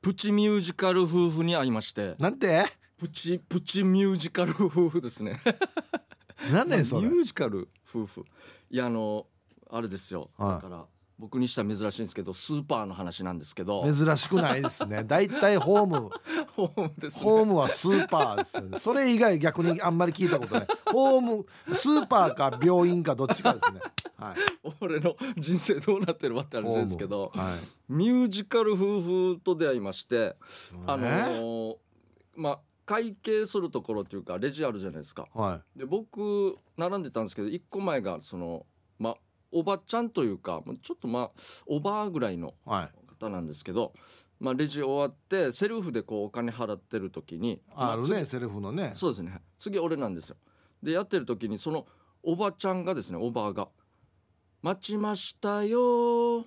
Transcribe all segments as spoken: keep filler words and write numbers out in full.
プチミュージカル夫婦に会いまして。 なんてプチプチミュージカル夫婦ですね何ねそれ。 ミュージカル夫婦、いやあのあれですよ、 はい、 だから僕にしたら珍しいんですけど、スーパーの話なんですけど。 珍しくないですね。だいたいホームホームですね。 ホームはスーパーですよね。それ以外逆にあんまり聞いたことない。ホームスーパーか病院かどっちかですね、はい、 俺の人生どうなってるわって話ですけど、 はい、 ミュージカル夫婦と出会いまして、あのー、まあ会計するところっていうかレジあるじゃないですか、 はい、 で僕並んでたんですけど、いっこまえがそのまあおばちゃんというかちょっとまあおばあぐらいの方なんですけど、はい、まあ、レジ終わってセルフでこうお金払ってる時にあるね、 まあ、 セルフのね。 そうですね、次俺なんですよ。でやってる時にそのおばちゃんがですね、おばあが待ちましたよ、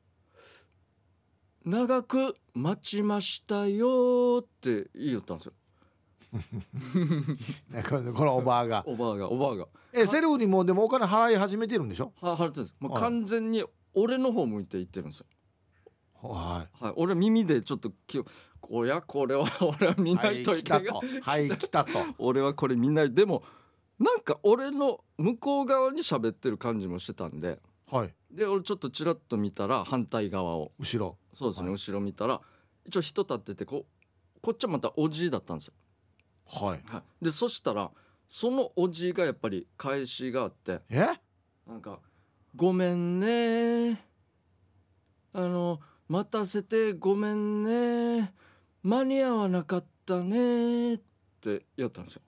長く待ちましたよって言いよったんですよこのこのおばあがおばあがおばあがえセルフにもうでもお金払い始めてるんでしょ。 は払ってるんです。もう完全に俺の方向いて言ってるんですよ。 はい、 はい、俺は耳でちょっときおやこれは俺は見ないといけない、 はい来たと俺はこれ見ない。でもなんか俺の向こう側に喋ってる感じもしてたんで、 はい、 で俺ちょっとチラッと見たら反対側を後ろ、 そうですね、 はい、 後ろ見たら一応人立ってて、ここっちはまたおじいだったんですよ。 はい、 はい、でそしたらそのおじいがやっぱり返しがあって、 えなんかごめんね、あの待たせてごめんね、間に合わなかったねってやったんですよ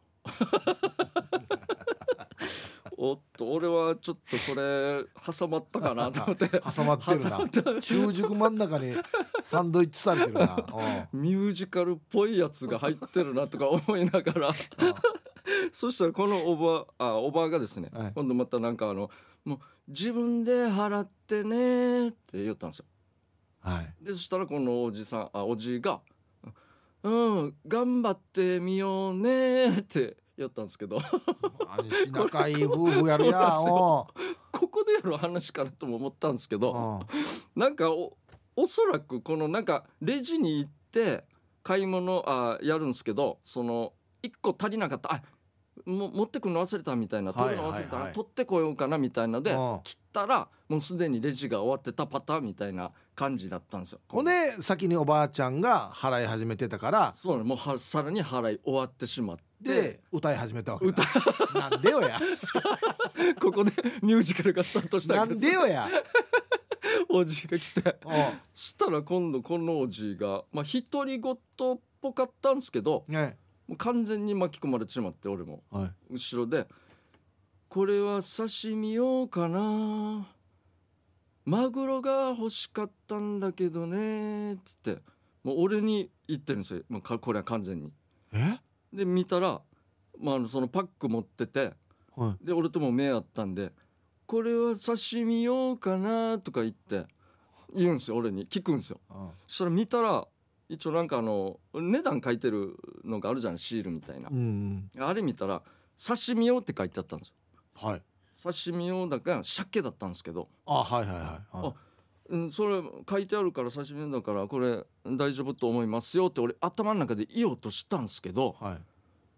おっと俺はちょっとこれ挟まったかなと思って挟まってるな、中軸真ん中にサンドイッチされてるなミュージカルっぽいやつが入ってるなとか思いながらそしたらこのおばあおばがですね、はい、今度またなんかあのもう自分で払ってねって言ったんですよ。はい、でそしたらこのおじさんあおじがうん頑張ってみようねって言ったんですけど仲いい夫婦やるやここでやる話かなとも思ったんですけど、なんか お, おそらくこのなんかレジに行って買い物あやるんですけど、そのいっこ足りなかったあも持ってくるの忘れたみたいな、取るの忘れた、はいはいはい、取ってこようかなみたいなので切ったらもうすでにレジが終わってたパターンみたいな感じだったんですよ。 ほんで先におばあちゃんが払い始めてたから、 そうね、もうはさらに払い終わってしまってで歌い始めたわけだ。なんでよやここでミュージカルがスタートしたわけです。なんでよやおじが来てそしたら今度このおじがまあ独り言っぽかったんですけど、ね、もう完全に巻き込まれてしまって、俺も、はい、後ろでこれは刺身用かな、マグロが欲しかったんだけどねつってもう俺に言ってるんですよ。もうこれは完全にえで見たら、まあ、そのパック持ってて、はい、で俺とも目あったんでこれは刺身用かなとか言って言うんですよ。俺に聞くんですよ。ああそしたら見たら一応なんかあの値段書いてるのがあるじゃん、シールみたいな、うんうん、あれ見たら刺身用って書いてあったんですよ。はい、刺身用だから鮭だったんですけど、 あはいはいはい、はい、あうん、それ書いてあるから刺身用だからこれ大丈夫と思いますよって俺頭の中で言おうとしたんですけど、はい、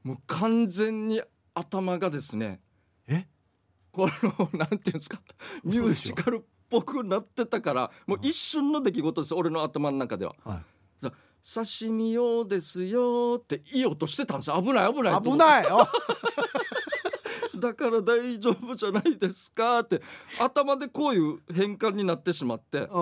もう完全に頭がですねえこのなんていうんですかミュージカルっぽくなってたからもう一瞬の出来事です、俺の頭の中では、はい、刺身用ですよって言おうとしてたんですよ。危ない危ない危ないだから大丈夫じゃないですかって頭でこういう変換になってしまって、うんうんうん、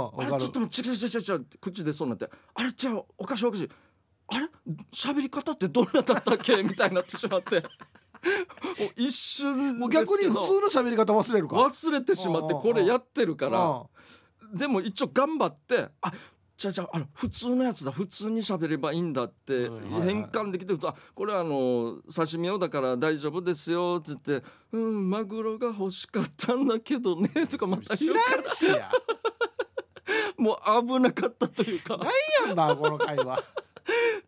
あれちょっとちょちょちょちょって口でそうなって、あれ違うおかしいおかしいあれ喋り方ってどんなだったっけみたいになってしまってもう一瞬もう逆に普通の喋り方忘れるか忘れてしまってこれやってるからでも一応頑張ってあじゃあじゃあ、あの普通のやつだ普通に喋ればいいんだって変換できてると、あこれはあの刺身用だから大丈夫ですよって言ってうんマグロが欲しかったんだけどねとかまた知らんしやもう危なかったというか何やんだこの会話めっ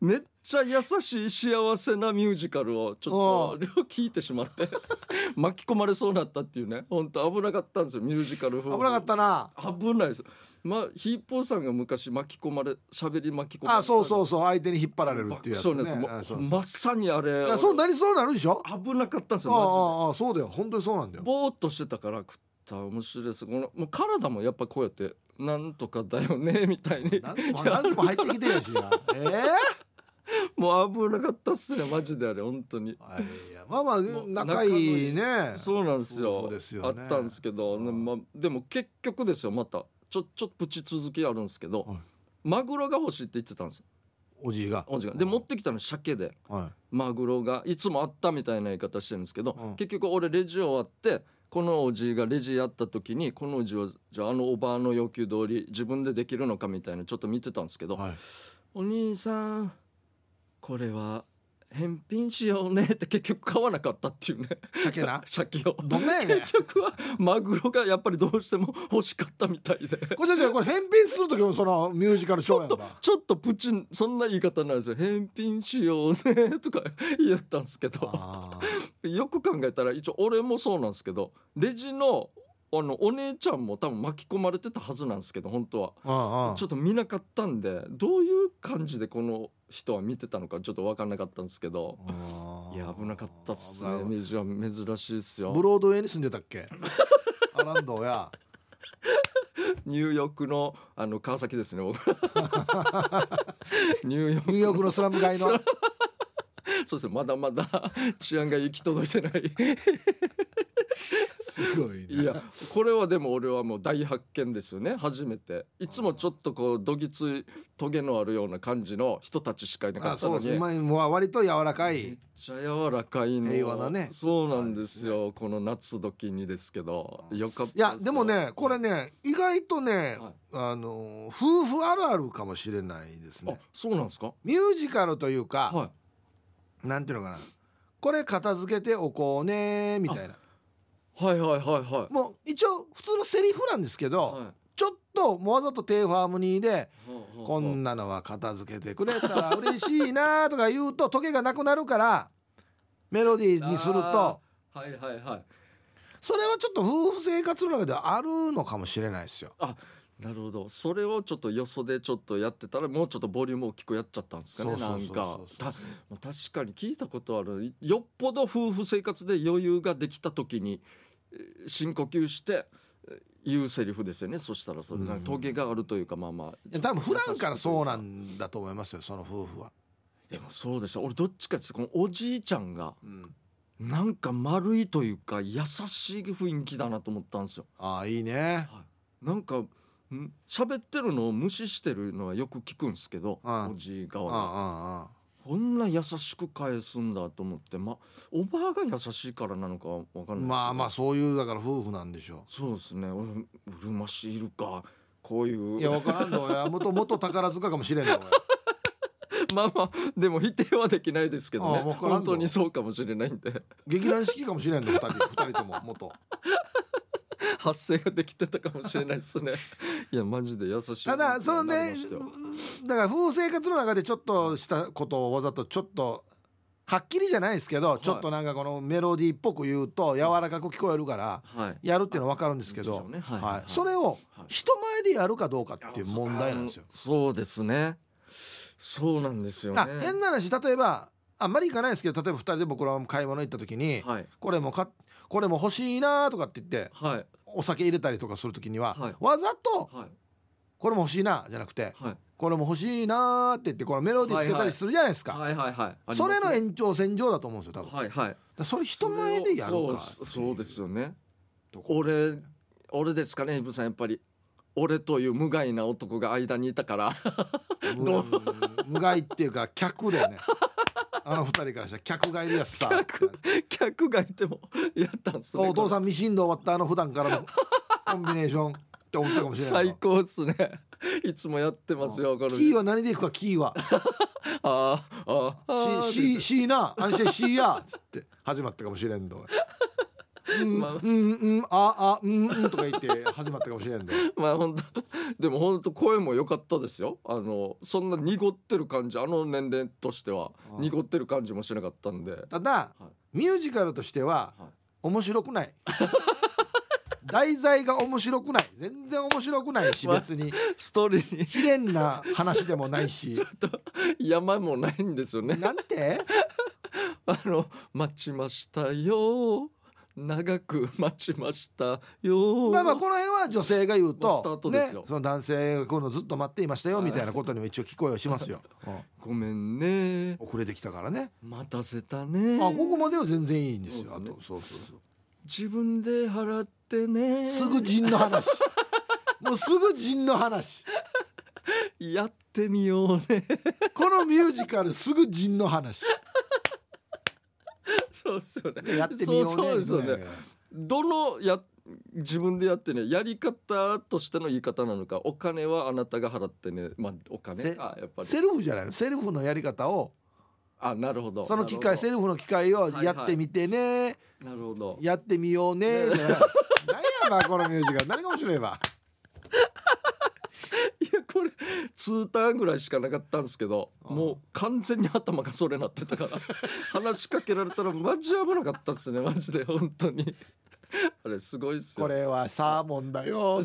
ちゃ優しい幸せなミュージカルをちょっと聞いてしまって巻き込まれそうになったっていうね、本当危なかったんですよミュージカル風。 危なかったな。 危ないです。まあヒープーさんが昔巻き込まれ喋り巻き込まれあ、そうそうそう、相手に引っ張られるっていうやつね。 やつもまさにあれ。 いや、そうなりそうなるでしょ。 危なかったんですよ。 ああ、ああ、そうだよ、本当にそうなんだよ。 ぼーっとしてたから食った面白いです。このもう体もやっぱこうやってなんとかだよねみたいに何つも何つも入ってきてるしな。ええー、もう危なかったっすねマジであれ本当に。 いや、まあまあ仲いいね。 そうなんですよ。 そうですよね、 あったんですけど、まあ、でも結局ですよ、またちょちょっとプチ続きあるんですけど、はい、マグロが欲しいって言ってたんですよおじいが。 おじいがで持ってきたの鮭で、はい、マグロがいつもあったみたいな言い方してるんですけど、うん、結局俺レジ終わってこのおじいがレジやった時にこのおじはじゃああのおばあの要求通り自分でできるのかみたいなちょっと見てたんですけど、はい、お兄さんこれは返品しようねって結局買わなかったっていうね。 鮭な鮭をどんなやねん。 結局はマグロがやっぱりどうしても欲しかったみたいで、 これ先生これ返品する時もそのミュージカルショーやんか。 ちょっとちょっとプチンそんな言い方なんですよ。返品しようねとか言ったんですけどよく考えたら一応俺もそうなんですけどレジのあのお姉ちゃんも多分巻き込まれてたはずなんですけど本当はああちょっと見なかったんでどういう感じでこの人は見てたのかちょっと分かんなかったんですけど、いや危なかったっすね。珍しいですよ。 ブロードウェイに住んでたっけアランドやニューヨークのあの川崎ですねニューヨークニューヨークのスラム街のそうですね、まだまだ治安が行き届いてないすごいね。 いやこれはでも俺はもう大発見ですよね。初めていつもちょっとこうどぎついトゲのあるような感じの人たちしかいなかったのに、 あ、そうもう割と柔らかいめっちゃ柔らかいの平和なね。 そうなんですよ、ね、この夏時にですけどよかった。 いやでもねこれね意外とね、はい、あの夫婦あるあるかもしれないですね。 あ、そうなんですか。 ミュージカルというか、 はい、 なんていうのかな、これ片付けておこうねみたいな。 はいはいはいはい。 もう一応普通のセリフなんですけど、はい、ちょっともうわざと低ハーモニーで、はあはあ、こんなのは片付けてくれたら嬉しいなとか言うとトゲがなくなるからメロディーにすると、 はいはいはい、 それはちょっと夫婦生活の中ではあるのかもしれないですよ。 あ、なるほど。それをちょっとよそでちょっとやってたらもうちょっとボリューム大きくやっちゃったんですかね。なんかた確かに聞いたことある。よっぽど夫婦生活で余裕ができた時に深呼吸して言うセリフですよね。そしたらそれなんかトゲがあるというか、まあまあ多分普段からそうなんだと思いますよ、その夫婦は。 でもそうでした。俺どっちかっていうとこのおじいちゃんが、うん、なんか丸いというか優しい雰囲気だなと思ったんですよ。 ああいいね、 はい、なんか喋ってるのを無視してるのはよく聞くんですけど、おじい側がこんな優しく返すんだと思って、まあおばあが優しいからなのかわかんないですけど、 まあまあそういうだから夫婦なんでしょう。 そうですね。俺うるましいるかこういう、 いやわからんのや元々宝塚かもしれんのまあまあでも否定はできないですけどね。本当にそうかもしれないんで劇団四季かもしれんのふたりふたりとも元発声ができてたかもしれないですねいやマジで優しい。 ただそのねだから夫婦生活の中でちょっとしたことをわざとちょっとはっきりじゃないですけど、はい、ちょっとなんかこのメロディーっぽく言うと柔らかく聞こえるからやるっていうのは分かるんですけど、ね、はいはい、それを人前でやるかどうかっていう問題なんですよ。 そうですね、そうなんですよね。 あ変な話、例えばあんまりいかないですけど、例えばふたりで僕ら買い物行った時に、はい、これもかこれも欲しいなとかって言って、はい、お酒入れたりとかする時には、はい、わざと、はい、これも欲しいなじゃなくて、はい、これも欲しいなって言ってこのメロディーつけたりするじゃないですか。 はいはいはい、 それの延長線上だと思うんですよ多分。はいはい、だそれ人前でやるか。 そうそうですよね。俺俺ですかね、イブさん。やっぱり俺という無害な男が間にいたから無害っていうか客だよねあの二人からしたら客がいるやつさ客, 客がいてもやったんすね。 お父さんミシンで終わったあの普段からのコンビネーションって思ったかもしれない。 最高っすね。いつもやってますよ。 キーは何でいくか。キーはあああシーシーな安心シーやつって始まったかもしれんのうんまあうんうんああうんうんとか言って始まったかもしれんでまあ本当でも本当声も良かったですよ。あのそんな濁ってる感じ、あの年齢としてはうん濁ってる感じもしなかったんで、 ただ、 はいミュージカルとしてははい面白くない題材が面白くない、全然面白くないし、 まあ別にストーリーに綺麗な話でもないし山もないんですよね。 なんてあの待ちましたよ、長く待ちましたよ。 まあまあこの辺は女性が言うまあスターとトですよね、その男性がこのずっと待っていましたよみたいなことにも一応聞こえはしますよ、うんごめんね、 遅れてきたからね。 待たせたね。 あ、ここまでは全然いいんですよ。あそうですねとそうそうそう自分で払ってね。 すぐ陣の話もうすぐ陣の話やってみようね。 このミュージカルすぐ陣の話そうっすよね。 やってみようね。 そうそうですよね。 ぐらいがどのや自分でやってね、やり方としての言い方なのか、お金はあなたが払ってね、まあお金せあやっぱりセルフじゃないの、セルフのやり方をあなるほど。 その機械、セルルフの機械をやってみてね、 なるほど。 やってみようね。何やばこのミュージカル、何が面白いば。 いやこれにターンぐらいしかなかったんですけど、 ああもう完全に頭がそれなってたから話しかけられたらマジ危なかったですね、マジで本当にあれすごいっすよ。 これはサーモンだよ。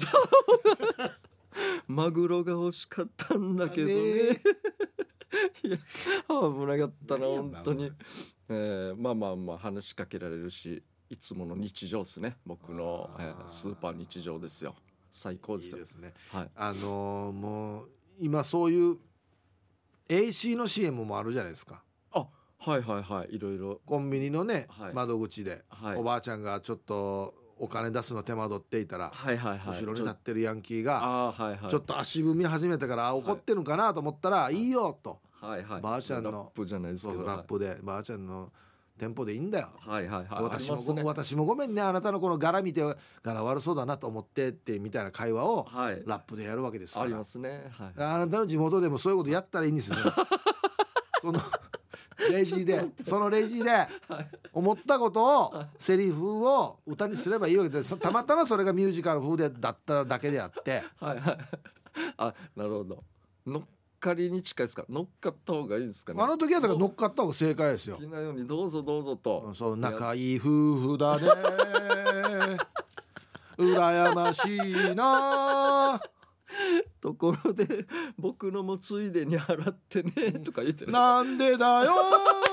マグロが欲しかったんだけどねねいや危なかったな何や本当に、えー、まあまあまあ話しかけられるし、いつもの日常ですね、僕の、えースーパー日常ですよ。最高ですよ。 いいですね。 はいあのーもう今そういう エーシー の シーエム もあるじゃないですか。 あはいはいはいいろいろコンビニのね、 はい窓口で、 はいおばあちゃんがちょっとお金出すの手間取っていたら、 はいはいはい後ろに立ってるヤンキーがあはいはいちょっと足踏み始めたから、あ怒ってるのかなと思ったら、いいよと、 はいはいばあちゃんのラップじゃないですそうけどラップで、ばあちゃんの店舗でいいんだよ、 はいはいはい私もありますね私もごめんね、あなたのこの柄見て柄悪そうだなと思ってってみたいな会話をはいラップでやるわけですから。 ありますねはいあなたの地元でもそういうことやったらいいんですよそのレジでそのレジで思ったことをセリフを歌にすればいいわけで、そたまたまそれがミュージカル風でだっただけであってはいはいあなるほど。乗っかりに近いですか、乗っかった方がいいんですかね。 あの時はだから乗っかった方が正解ですよ好。きなようにどうぞどうぞと、 うんそう仲いい夫婦だね羨ましいなところで僕のもついでに払ってねとか言ってる。 なんでだよ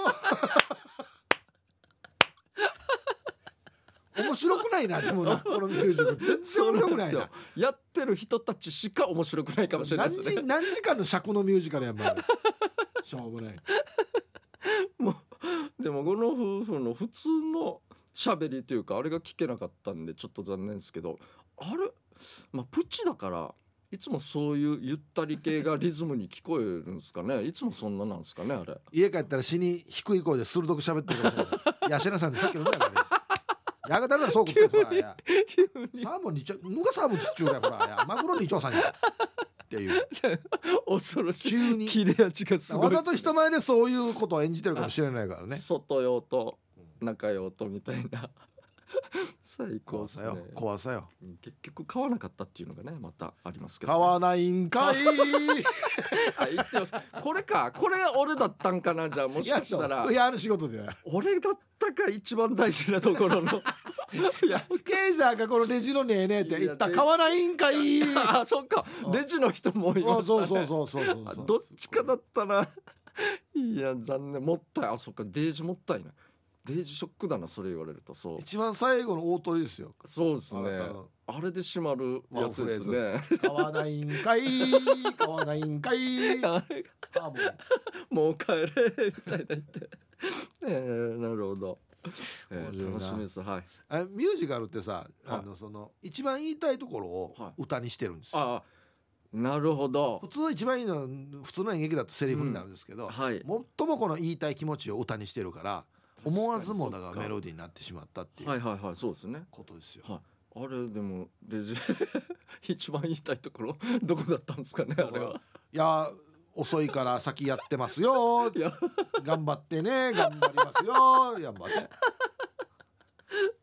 面白くないな、でもなこのミュージカル全然そう面白くないななんですよ。やってる人たちしか面白くないかもしれない何ですね。 時何時間の尺のミュージカルやんばいしょうもない。 もうでもこの夫婦の普通の喋りというかあれが聞けなかったんでちょっと残念ですけど、あれまあプチだからいつもそういうゆったり系がリズムに聞こえるんですかね。いつもそんななんですかねあれ。 家帰ったら死に低い声で鋭く喋ってるかもしれない。ヤシナさんでさっきのねやがたらそうこってほらやサーモンにちょぬがサーモンつっちゅうやほらやマグロにちょうさんやっていう恐ろしい急に切れ味がすごいわざと人前でそういうことを演じてるかもしれないからね。 外用と中用とみたいな最高ですね怖さよ怖さよ。 結局買わなかったっていうのがねまたありますけど、 買ね、 わないんかいあ言ってます。これかこれ俺だったんかな。じゃあもしかしたらいやある仕事で俺だったか一番大事なところのいやケイジャーがこのレジのねえねえって言った買わないんかいあそっかレジの人もいまあしたね。 そうそうそうそうそうそうどっちかだったな。いや残念もったいあそっかデージもったいない。デージショックだなそれ言われると。そう一番最後の大鳥ですよ。 そうですねあなたのあれで閉まるやつですね。 買わないんかい買わないんかいあれがあもうもう帰れみたいな言ってえー、なるほど、えー、 面白いな楽しみですはい。 あミュージカルってさ、あのその一番言いたいところをはい歌にしてるんですよ。 あなるほど普通一番いいのは普通の演劇だとセリフになるんですけど、 はい最もこの言いたい気持ちを歌にしてるから思わずもだからメロデディーになってしまったっていうはいはいはいそうですね。 ことですよ。 はいあれでもレジ一番言いたいところどこだったんですかねあれは。 いや遅いから先やってますよいや頑張ってね頑張りますよ頑張って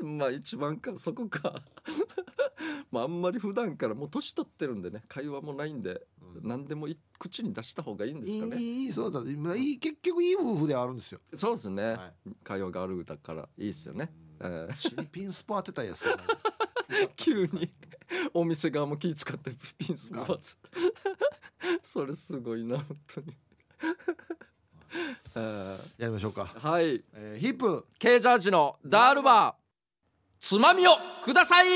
まあ一番かそこかまああんまり普段からもう年取ってるんでね会話もないんで、うん、何でも口に出した方がいいんですかね。 いいそうだいい結局いい夫婦ではあるんですよ。 そうですね、はい、会話があるだからいいですよね。 えー、チリピンスポ当てたやつ急にお店側も気使ってピンスポーツそれすごいな本当にやりましょうか。 はい、 えー、ヒップケージャージのダールバーつまみをください。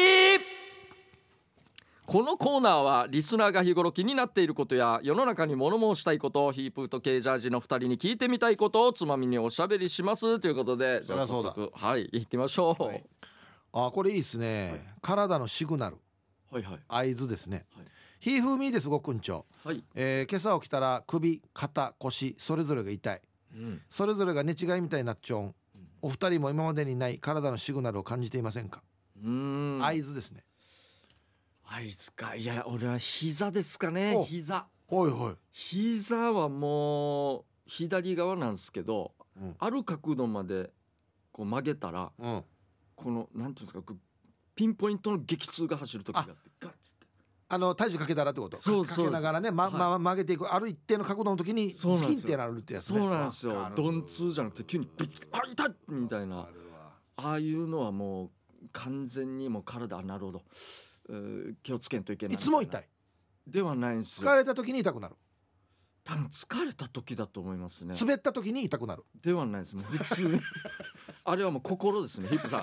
このコーナーはリスナーが日頃気になっていることや世の中に物申したいことをヒープーとケージャージのふたりに聞いてみたいことをつまみにおしゃべりしますということで、じゃあ早速はい行きましょう、はい、 あこれいいですね、はい、体のシグナル、はいはい、合図ですね、はい、ひーふーみーですごくんちょ、はいえー、今朝起きたら首肩腰それぞれが痛い、うん、それぞれが寝違いみたいになっちょん、うん、お二人も今までにない体のシグナルを感じていませんか。うーん合図ですね。 合図か。いや俺は膝ですかね。膝はいはい。 膝はもう左側なんですけど、うん、ある角度までこう曲げたら、うん、このなんていうんですかピンポイントの激痛が走る時があってガッツってあの体重かけたらってこと。 そうそうかけながらね、まま、曲げていくある一定の角度の時にスキンってなるってやつね。 そうなんですよ。鈍痛じゃなくて急にビッあ痛いみたいな、ああいうのはもう完全にもう体なるほど気をつけんといけない。 いつも痛いではないんですよ。 疲れた時に痛くなる。 多分疲れた時だと思いますね。 滑った時に痛くなるではないです。もう普通にあれはもう心ですねヒップさん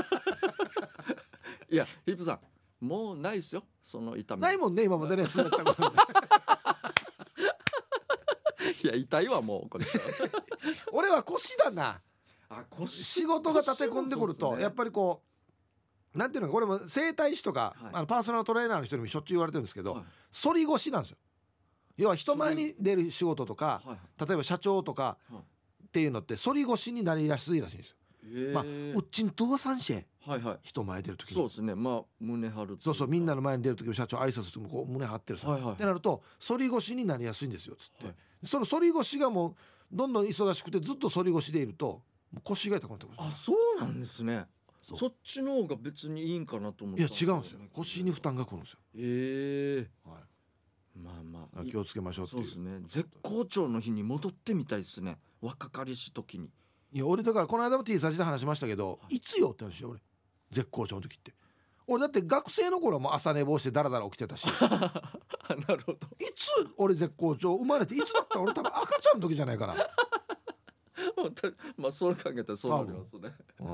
いやヒップさんもうないですよその痛み。 ないもんね今までね滑ったこといや痛いわもうこれ俺は腰だな。 あ腰仕事が立て込んでくると、ね、やっぱりこうなんていうのかこれも整体師とか、はい、あのパーソナルトレーナーの人にもしょっちゅう言われてるんですけど、はい、反り腰なんですよ。要は人前に出る仕事とか、はい、例えば社長とかっていうのって反り腰になりやすいらしいんですよ。まあうっちんとうさんしえ、はいはい、人前出るときにそうですね。まあ胸張るそうそうみんなの前に出るときも社長挨拶するとこう胸張ってるさ、はいはい、ってなると反り腰になりやすいんですよつって、はい、その反り腰がもうどんどん忙しくてずっと反り腰でいると腰が痛くなってくる。 あそうなんですね。 そ, そっちの方が別にいいんかなと思った。 いや違うんですよ。腰に負担がくるんですよ。 ええーはい、まあまあ気をつけましょうっていう。 そうですね。絶好調の日に戻ってみたいですね。若かりし時に。 いや俺だからこの間も T サージで話しましたけど、はい、いつよって話よ俺絶好調の時って。俺だって学生の頃はもう朝寝坊してダラダラ起きてたしなるほど。 いつ俺絶好調生まれていつだったら俺多分赤ちゃんの時じゃないかなまあそう考えたらそうなりますね、うん、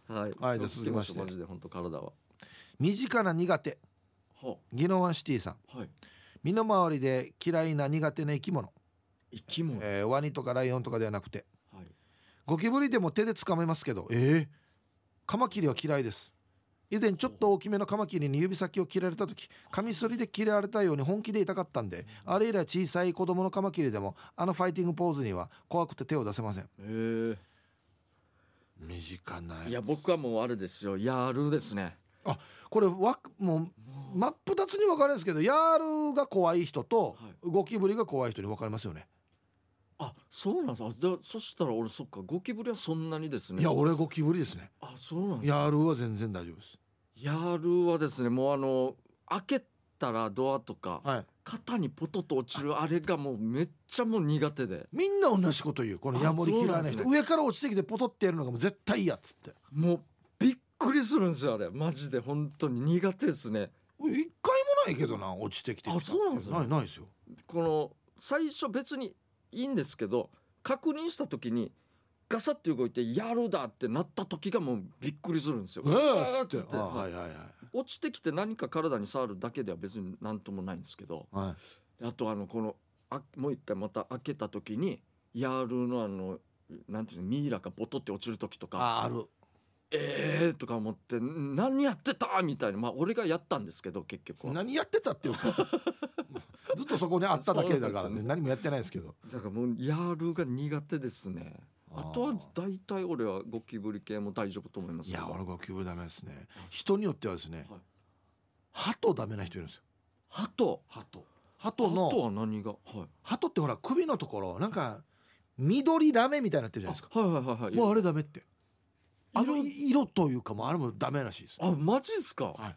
はい、 はい、じゃあ続きましてマジで本当体は身近な苦手、ギノワンシティさん、はい、身の回りで嫌いな苦手な生き物生き物、 えー、ワニとかライオンとかではなくて、はい、ゴキブリでも手で掴めますけど、えー、カマキリは嫌いです。以前ちょっと大きめのカマキリに指先を切られた時カミソリで切られたように本気で痛かったんで、あれ以来小さい子供のカマキリでもあのファイティングポーズには怖くて手を出せません。へえ。身近なやつ。 いや僕はもうあれですよ、ヤールですね。 あこれわもう真っ二つに分かれるんですけど、ヤールが怖い人とゴキブリが怖い人に分かれますよね。 あそうなんですか。でそしたら俺そっかゴキブリはそんなにですね。 いや俺ゴキブリですね。 あそうなんですか。 ヤールは全然大丈夫です。 ヤールはですねもうあの開けたらドアとか、はい、肩にポトッと落ちるあれがもうめっちゃもう苦手で。 みんな同じこと言うこのヤモリ嫌いな人、ね、上から落ちてきてポトってやるのがもう絶対嫌っつってもうびっくりするんですよあれマジで本当に苦手ですね。 一回もないけどな落ちてきてきた。 あそうなんですね。 ないないですよ。 この最初別にいいんですけど確認した時にガサッて動いてやるだってなった時がもうびっくりするんですよ。 えー、つってはいはいはい、 落ちてきて何か体に触るだけでは別に何ともないんですけど、はい、あとあのこのあもう一回また開けた時にヤールのあのなんていうのミイラがボトって落ちる時とかあ, あるえーとか思って何やってたみたいな。まあ俺がやったんですけど結局は何やってたっていうかずっとそこにあっただけだからね、何もやってないですけど。 だからもうヤールが苦手ですね。あとは大体俺はゴキブリ系も大丈夫と思います。 いや俺ゴキブリダメですね。人によってはですね、はい、鳩ダメな人いるんですよ。 鳩鳩鳩の鳩は何が、はい、 鳩ってほら首のところなんか緑ラメみたいになってるじゃないですか。 はいはいはいはい。 もうあれダメって。 あの色というかもあれもダメらしいです。 あ、マジですか、 はい、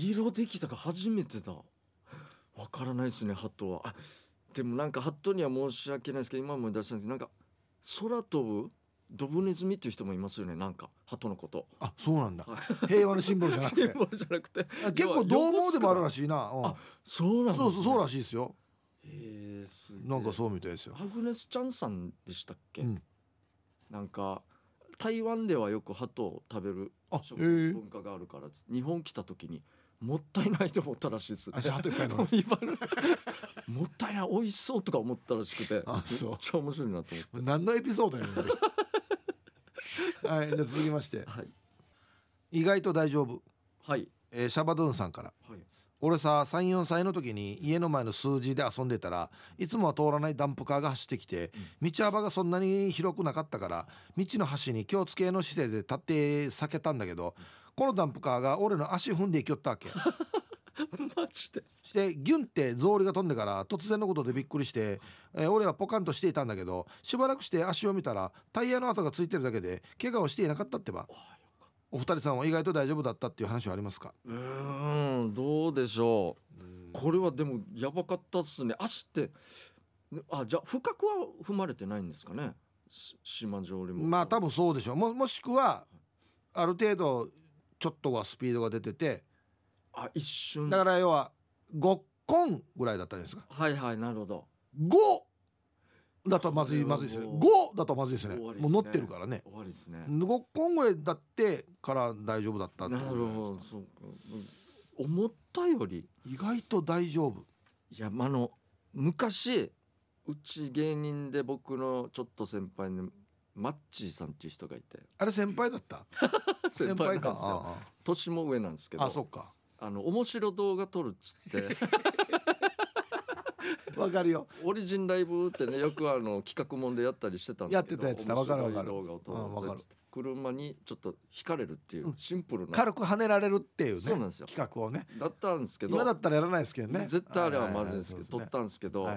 色できたか初めてだ。わからないですね、ハトは。あ、でもなんかハトには申し訳ないですけど、今も出したんですけど、なんか空飛ぶドブネズミっていう人もいますよね、なんかハトのこと。 あ、そうなんだ、はい、平和のシンボルじゃなくてシンボルじゃなくて結構獰猛でもあるらしいな、うん、 あ、そうなんですね。 そうそうそうらしいですよ。 へえ、すげえ。 なんかそうみたいですよ。 アグネスちゃんさんでしたっけ、 うん、 なんか台湾ではよくハトを食べる食文化があるから、日本来た時にもったいないと思ったらしいです。 あ、じゃあハトいっぱいのもったいない、美味しそうとか思ったらしくて、 あ、そう、 めっちゃ面白いなと思って。 何のエピソードやねんはい、じゃあ続きまして、はい、意外と大丈夫、 はい、 えー、シャバドゥンさんから、はい、俺ささん、よんさいの時に家の前の数字で遊んでたら、いつもは通らないダンプカーが走ってきて、道幅がそんなに広くなかったから道の端に気をつけの姿勢で立って避けたんだけど、このダンプカーが俺の足踏んでいきよったわけマジで。 してギュンって草履が飛んでから突然のことでびっくりして、えー、俺はポカンとしていたんだけど、しばらくして足を見たらタイヤの跡がついてるだけで怪我をしていなかったってば。お二人さんは意外と大丈夫だったっていう話はありますか？ うーん、どうでしょう。これはでもやばかったっすね。足ってあ、じゃあ深くは踏まれてないんですかね、島上りも。 まあ多分そうでしょう。 も, もしくはある程度ちょっとはスピードが出てて、 あ、一瞬だから要はごコンぐらいだったんですか。 はいはい、なるほど。 ごだとまずいまずいですね。ごだとまずいですね。もう乗ってるからね。 終わりですね。 ごコンぐらいだってから大丈夫だったってこと。 なるほど、そうか。思ったより意外と大丈夫。 いや、あの昔うち芸人で僕のちょっと先輩のマッチーさんっていう人がいて、 あれ先輩だった先輩なんですよ。年も上なんですけど、 あ、そっか、 あの面白動画撮るっつってわかるよ。 オリジンライブってね、よくあの企画もんでやったりしてたんですけど、 やってたやつだ、わかるわかる。 面白い動画を撮るっつって、車にちょっと引かれるっていうシンプルな、うん、 軽く跳ねられるっていうね、 そうなんですよ、 企画をねだったんですけど、 今だったらやらないですけどね、 絶対あれはまずいんですけど、撮ったんですけど、はい、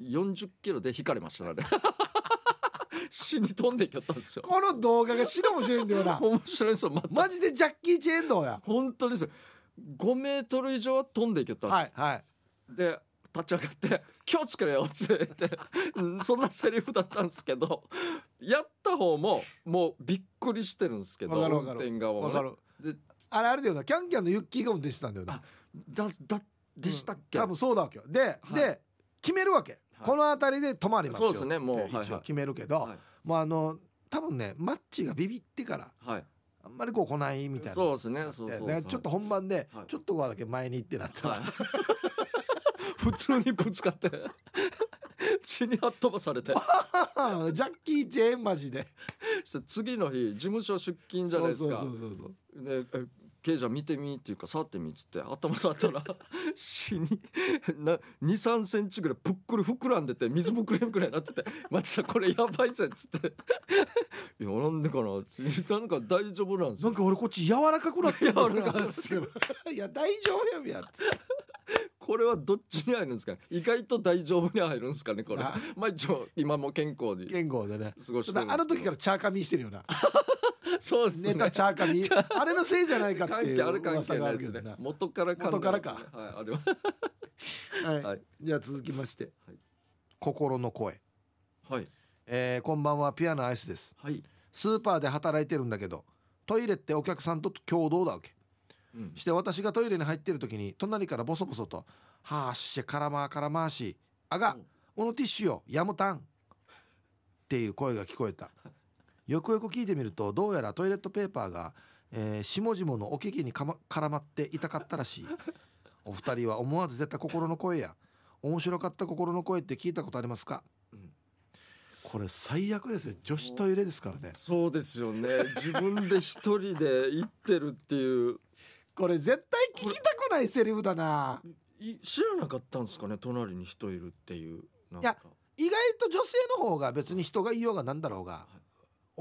よんじゅっキロで引かれましたね死に飛んでいきゃったんですよ。 この動画が死に面白いんだよな面白いですよ、またマジでジャッキー・チェーン動や。 本当ですよ。ごメートル以上は飛んでいけた。 はいはい。 で立ち上がって気をつけろよって言ってそんなセリフだったんですけど、やった方ももうびっくりしてるんですけど、運転側も、ね、 であれあれだよな、キャンキャンのユッキーが運転してたんだよな。 だだでしたっけ、 うん、多分そうだわけよ。で、はい、で決めるわけ、はい、この辺りで止まりますよ。そうですね、もう一応決めるけど、はいはい、もうあの多分ねマッチがビビってから、はい、あんまりこう来ないみたいな。 そうですね、そうそうそう、 ちょっと本番で、はい、ちょっとこうだけ前に行ってなったら、はい普通にぶつかって血にはっ飛ばされてジャッキー・チェーンマジで次の日事務所出勤じゃないですか。 そうそうそうそうでえケイちゃん見てみっていうか触ってみっつって頭触ったら死にな にさんセンチぐらいぷっくり膨らんでて水ぶくれぐらいになっててマチさんこれやばいぜっつっていやなんでかななんか大丈夫なんですよ。 なんか俺こっち柔らかくなってるんですけどいや大丈夫やみやっつってこれはどっちに入るんですかね。意外と大丈夫に入るんですかねこれ。まあ一応今も健康に健康でね過ごしてるんですけど、 あの時からチャーカミしてるよなそうですね、 ネタチャーカミあれのせいじゃないかっていう関係ある関係ないですね。元から元からか、 はい、あれははい、はい、じゃあ続きまして、はい、心の声、 はい、 えー、こんばんは、ピアノアイスです、はい、スーパーで働いてるんだけどトイレってお客さんと共同だわけ、うん、して私がトイレに入ってる時に隣からボソボソとはーしからまーからまーしあがおのティッシュよやむたんっていう声が聞こえた。よくよく聞いてみるとどうやらトイレットペーパーが、えー、下々のおけきにか、ま、絡まっていたかったらしい。お二人は思わず出た心の声や面白かった心の声って聞いたことありますか？うん、これ最悪ですよ、女子トイレですからね。 そうですよね、自分で一人で行ってるっていうこれ絶対聞きたくないセリフだな。 知らなかったんですかね、隣に人いるっていう。なんかいや意外と女性の方が別に人がいようがなんだろうが、はい、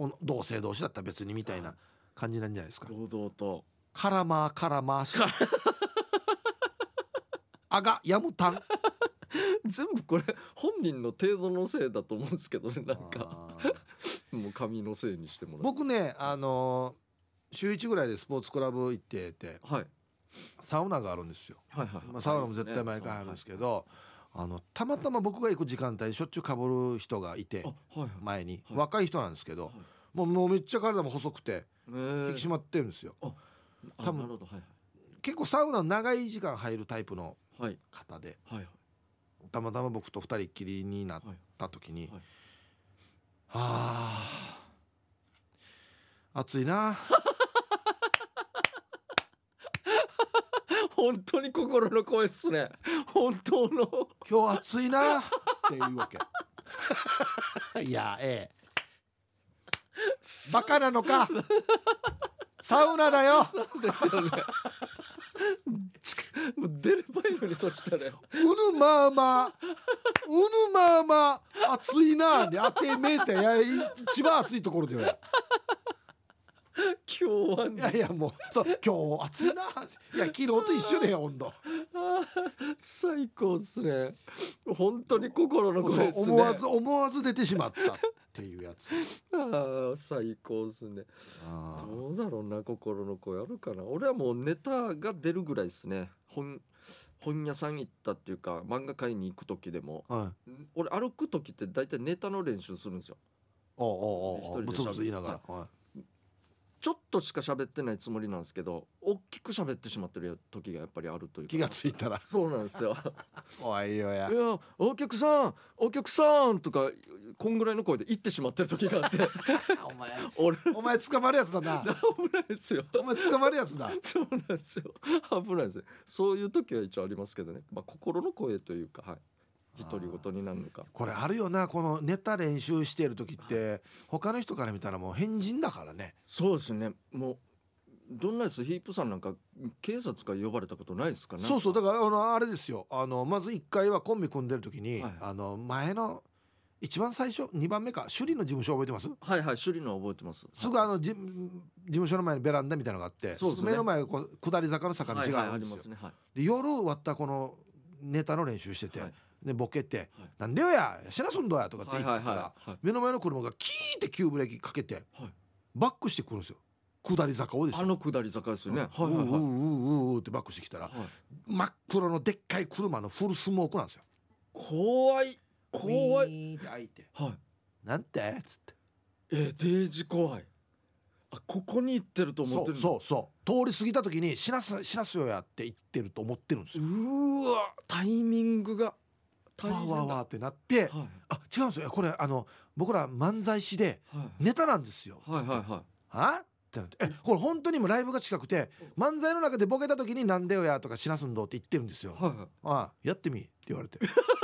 同性同士だったら別にみたいな感じなんじゃないですか。 堂々とカラマーカラマーしあがやむたん全部これ本人の程度のせいだと思うんですけどね、なんかもう髪のせいにしてもらう。 僕ねあのー、週いちぐらいでスポーツクラブ行ってて、はい、サウナがあるんですよ、はいはい、まあ、サウナも絶対毎回あるんですけど、あのたまたま僕が行く時間帯にしょっちゅう被る人がいて、はいはい、前に、はい、若い人なんですけど、はい、もう、もうめっちゃ体も細くて引き締まってるんですよ。多分、はいはい、結構サウナ長い時間入るタイプの方で、はいはいはい、たまたま僕と二人っきりになった時に、はいはい、はあ暑いな本当に心の声っすね。本当の今日暑いなっていうわけいやええバカなのかサウナだよ。 そうですよねもう出ればいいのに。そしたらうぬまあまうぬまあま暑いなに当てめえて、いや一番暑いところでよ今日は、ね、 いやいやもうそう今日暑いな、いや昨日と一緒だよ温度最高ですね。本当に心の声ですね。 思わず思わず出てしまったっていうやつあ最高ですね。あどうだろうな、心の声あるかな。俺はもうネタが出るぐらいですね。本本屋さん行ったっていうか漫画買いに行く時でも、はい、俺歩く時って大体ネタの練習するんですよ。 おおおおブツブツ言いながら、はい、 ちょっとしか喋ってないつもりなんですけど大きく喋ってしまってる時がやっぱりあるというか、 気がついたらそうなんですよおいよやいやお客さんお客さんとかこんぐらいの声で言ってしまってる時があってお前俺お前捕まるやつだな危ないですよ。 お前捕まるやつだそうなんですよ。危ないですね。そういう時は一応ありますけどね、まあ、心の声というか、はい、独り言になるのか。 これあるよな、このネタ練習している時って他の人から見たらもう変人だからね。 そうですね。もうどんなやつヒープさんなんか警察から呼ばれたことないですかね。 そうそうだからあのあれですよ、あのまずいっかいはコンビ組んでる時に、はい、あの前の一番最初にばんめか首里の事務所覚えてます？ はいはい、首里の覚えてます。 すぐあのじ事務所の前にベランダみたいなのがあって、そうですね、目の前こう下り坂の坂道があるんですよ、はいはい、ありますね、はい、で夜終わったこのネタの練習してて、はい、でボケて、はい、なんでよやしなすんどやとかって言ってたら、はいはいはいはい、目の前の車がキーって急ブレーキかけて、はい、バックしてくるんですよ。下り坂をですよ。 あの下り坂ですよね、 うん、はいはいはい、うーうーうーってバックしてきたら、はい、真っ黒のでっかい車のフルスモークなんですよ。 怖い怖いって開いて、 はい、 なんてっつって、 えー、デージ怖い。あここに行ってると思ってる。 そうそうそう、通り過ぎた時にしなすしなすよやって言ってると思ってるんですよ。 うわタイミングがわーわーわーってなって、はい、あ違うんですよ、これあの僕ら漫才師でネタなんですよ、 はいはいはいはい、 はってなって、えこれ本当にもライブが近くて漫才の中でボケた時になんでよやとかしなすんどって言ってるんですよ、はいはい、ああやってみって言われて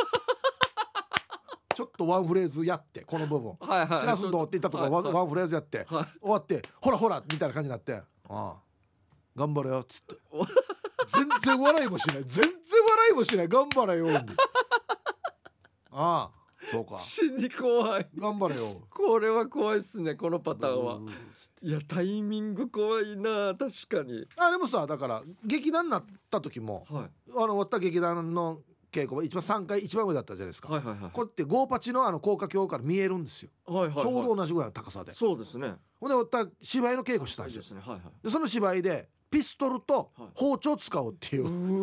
ちょっとワンフレーズやってこの部分、はいはい、しなすんどって言ったところ、はいはい、ワンフレーズやって、はい、終わってほらほらみたいな感じになって、ああ頑張れよっつって全然笑いもしない全然笑いもしない頑張れよああそうか死に怖い頑張れよこれは怖いっすねこのパターンは。いやタイミング怖いな確かに。 あでもさだから劇団になった時も、はい、あの終わった劇団の稽古は一番さんかい一番上だったじゃないですか、はいはいはい、こうやってゴーパチのあの高架橋から見えるんですよ、はいはいはい、ちょうど同じぐらいの高さで。 そうですね。 ほんで終わった芝居の稽古したんですよ、ですね、はいはい、でその芝居でピストルと包丁使おうっていう、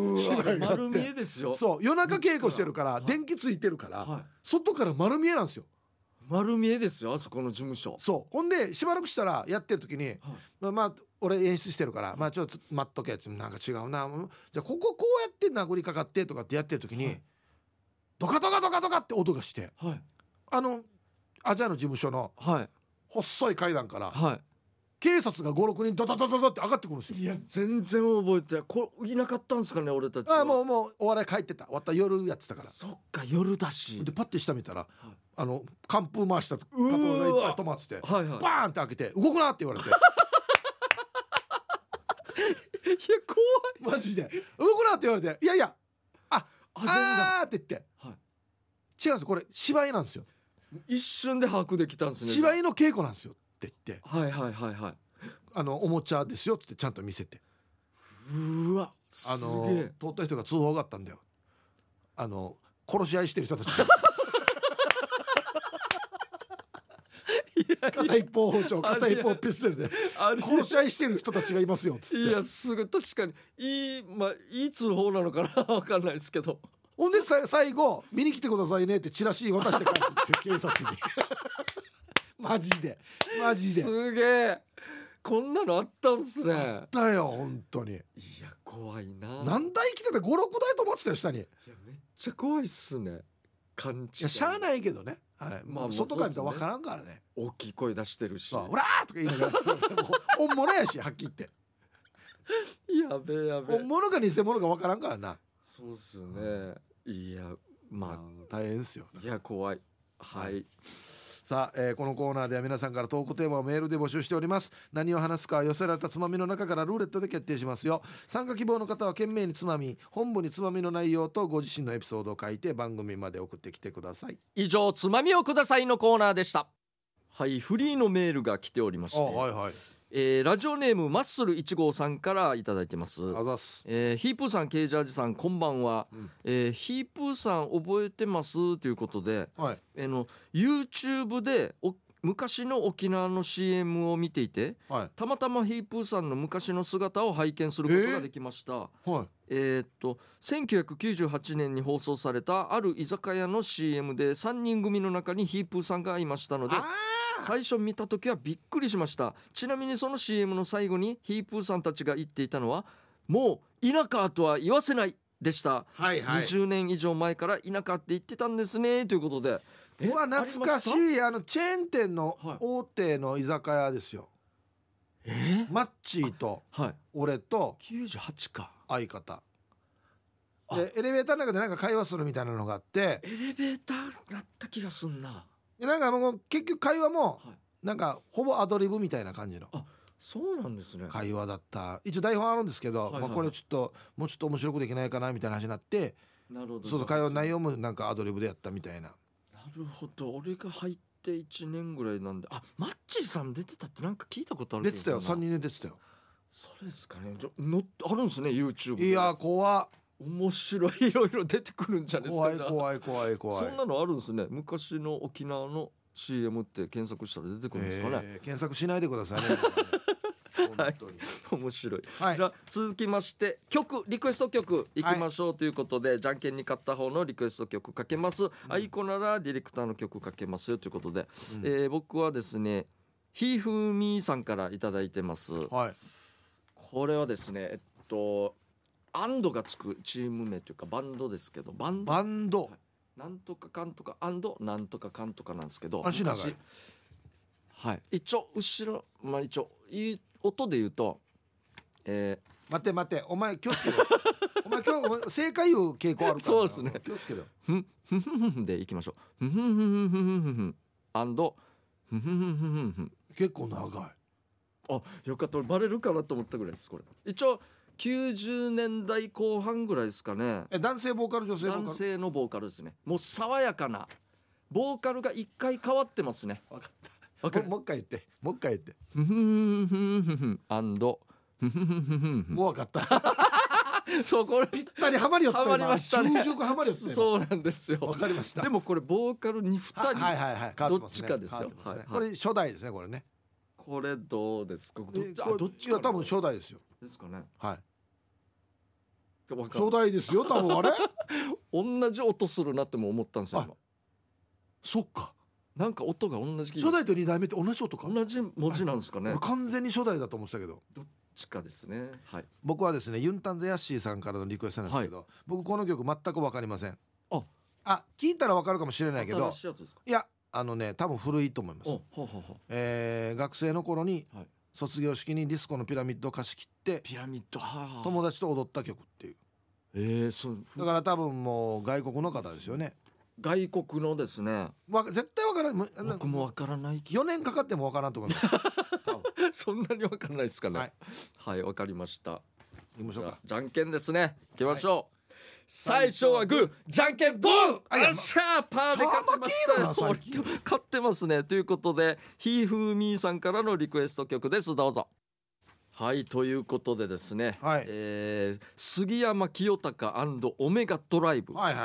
はい、芝居があって、丸見えですよ。そう夜中稽古してるから電気ついてるから、はい、外から丸見えなんですよ。 丸見えですよあそこの事務所。 そうほんでしばらくしたらやってる時に、はい、まあ、まあ俺演出してるから、まあちょっと待っとけってなんか違うな、じゃあこここうやって殴りかかってとかってやってる時に、はい、ドカドカドカドカって音がして、はい、あのアジアの事務所の細い階段から、はい、警察がごろくにんドドドドドって上がってくるんですよ。 いや全然覚えてない。これいなかったんですかね俺たちは。 あもうもうお笑い帰ってた終わった夜やってたから。 そっか夜だし。 でパッて下見たら、はい、あの寒風回したパトロールがいっぱい止まってて、はいはい、バーンって開けて動くなって言われていや怖いマジで動くなって言われて、いやいやああーって言って、はい、違うんですよこれ芝居なんですよ。 一瞬で把握できたんですね。 芝居の稽古なんですよって言って、 はいはいはいはい、 あのおもちゃですよってちゃんと見せて、 うわすげえ、あの通った人が通報があったんだよ、あの殺し合いしてる人たちいや片一方包丁片一方ピストルで殺し合いしてる人たちがいますよっつって。 いやすぐ確かにいい、まあ、いい通報なのかな分かんないですけど、 ほんでさ最後見に来てくださいねってチラシ渡して返すっていう警察にマジでマジですげえ、こんなのあったんすね。 あったよ本当に。いや怖いな。 何台来ててごろくだいと思ってたよ下に。いやめっちゃ怖いっすね。勘違い。いやしゃあないけどねあれ、まあ、外から見たら分からんからね。 大きい声出してるし、 ほらーとか言いながら本物やしはっきり言ってやべえやべえ、 本物か偽物か分からんからな。 そうっすよね。いやまあ大変ですよ。 いや怖い。はい、はい、 さあ、えー、このコーナーでは皆さんからトークテーマをメールで募集しております。何を話すか寄せられたつまみの中からルーレットで決定しますよ。参加希望の方は懸命につまみ、本部につまみの内容とご自身のエピソードを書いて番組まで送ってきてください。 以上つまみをくださいのコーナーでした。はい、フリーのメールが来ておりまして、 はいはい、 えー、ラジオネームマッスルいちごうさんからいただいてます。 あざす、 えー、ヒープーさんケージャージさんこんばんは、うん、えー、ヒープーさん覚えてますということで、はい、えー、の YouTube でお昔の沖縄の シーエム を見ていて、はい、たまたまヒープーさんの昔の姿を拝見することができました。えーはい、えー、っとせんきゅうひゃくきゅうじゅうはちねんに放送されたある居酒屋の シーエム でさんにん組の中にヒープーさんがいましたので、最初見た時はびっくりしました。ちなみにその シーエム の最後にヒープーさんたちが言っていたのは、もう田舎とは言わせないでした、はいはい、にじゅうねん以上前から田舎って言ってたんですねということで、 うわ懐かしい。あのチェーン店の大手の居酒屋ですよ、はい、えー、マッチーと俺ときゅうじゅうはちか相方でエレベーターの中でなんか会話するみたいなのがあって、 エレベーターだった気がすんな。 でなんかもう結局会話もなんかほぼアドリブみたいな感じの、 あ、そうなんですね、 会話だった。一応台本あるんですけど、はいはいはい、まあ、これちょっともうちょっと面白くできないかなみたいな話になって、なるほど、そうそう会話内容もなんかアドリブでやったみたいな。 なるほど、俺が入っていちねんぐらいなんで、あ、マッチーさん出てたってなんか聞いたことある。 出てたよ、さんにんで出てたよ。 それですかね、のあるんですね YouTube で。 いや怖面白い、いろいろ出てくるんじゃないですか。 怖い怖い怖い怖い。 そんなのあるんですね。昔の沖縄の シーエム って検索したら出てくるんですかね、 えー、検索しないでくださいねはい、面白い、はい、じゃあ続きまして曲リクエスト曲いきましょうということで、はい、じゃんけんに勝った方のリクエスト曲かけます、うん、あいこならディレクターの曲かけますよということで、うん、えー、僕はですねひふみさんからいただいてます、はい、これはですねえっとアンドがつくチーム名というかバンドですけど、バンドバンド、はい、 なんとかかんとかアンドなんとかかんとかなんですけど、 足長い、 はい、一応後ろ、まあ一応いい音で言うと、えー、待て待てお前気をつけろお前今日正解言う傾向あるからそうですね、 気をつけろふんふんふんふんでいきましょう。ふんふんふんふんふんふんふんアンドふんふんふんふんふんふん、 結構長い。 あ、よかった、バレるかなと思ったぐらいです。これ一応きゅうじゅうねんだいこう半ぐらいですかね。 え、男性ボーカル女性ボーカル？ 男性のボーカルですね。もう爽やかなボーカルが一回変わってますね。 分かった。もう一回言ってもう一回言ってふふふふふふアンドふふふふふもう分かったそうこれぴったりハマりよったハマりましたね。 中熟ハマりよったそうなんですよ。 分かりました。 でもこれボーカルにふたり、はいはいはい、どっちかですよ。 はいはい、これ初代ですねこれね。 これどうですか。どっち、あ、どっちか。いや多分初代ですよ。 ですかね。 はい。初代ですよ多分。あれ同じ音するなっても思ったんですよ今。 そっか、 なんか音が同じ。 初代とに代目って同じ音か。 同じ文字なんですかね。 完全に初代だと思ってたけど。 どっちかですね。はい。 僕はですねユンタンザヤッシーさんからのリクエストなんですけど、はい、僕この曲全く分かりません。あ、あ、聞いたら分かるかもしれないけど、いやあのね多分古いと思います。ほうほうほう、えー、学生の頃に、はい、卒業式にディスコのピラミッドを貸し切ってピラミッド、はあ、 友達と踊った曲っていう。 えー、そうだから多分もう外国の方ですよね。 外国のですね。 わ絶対わからない。 僕もわからない。 よねんかかってもわからんと思いますそんなにわからないですかね。はい、はい、わかりました。 行きましょうか。 じゃんけんですね。行きましょう、はい、最初はグーじゃんけんポン。あっしゃー、パーで勝ちましたよ。勝ってますね。ということでひーふーみーさんからのリクエスト曲です。どうぞ。はい、ということでですね、はい、えー、杉山清貴&オメガドライブの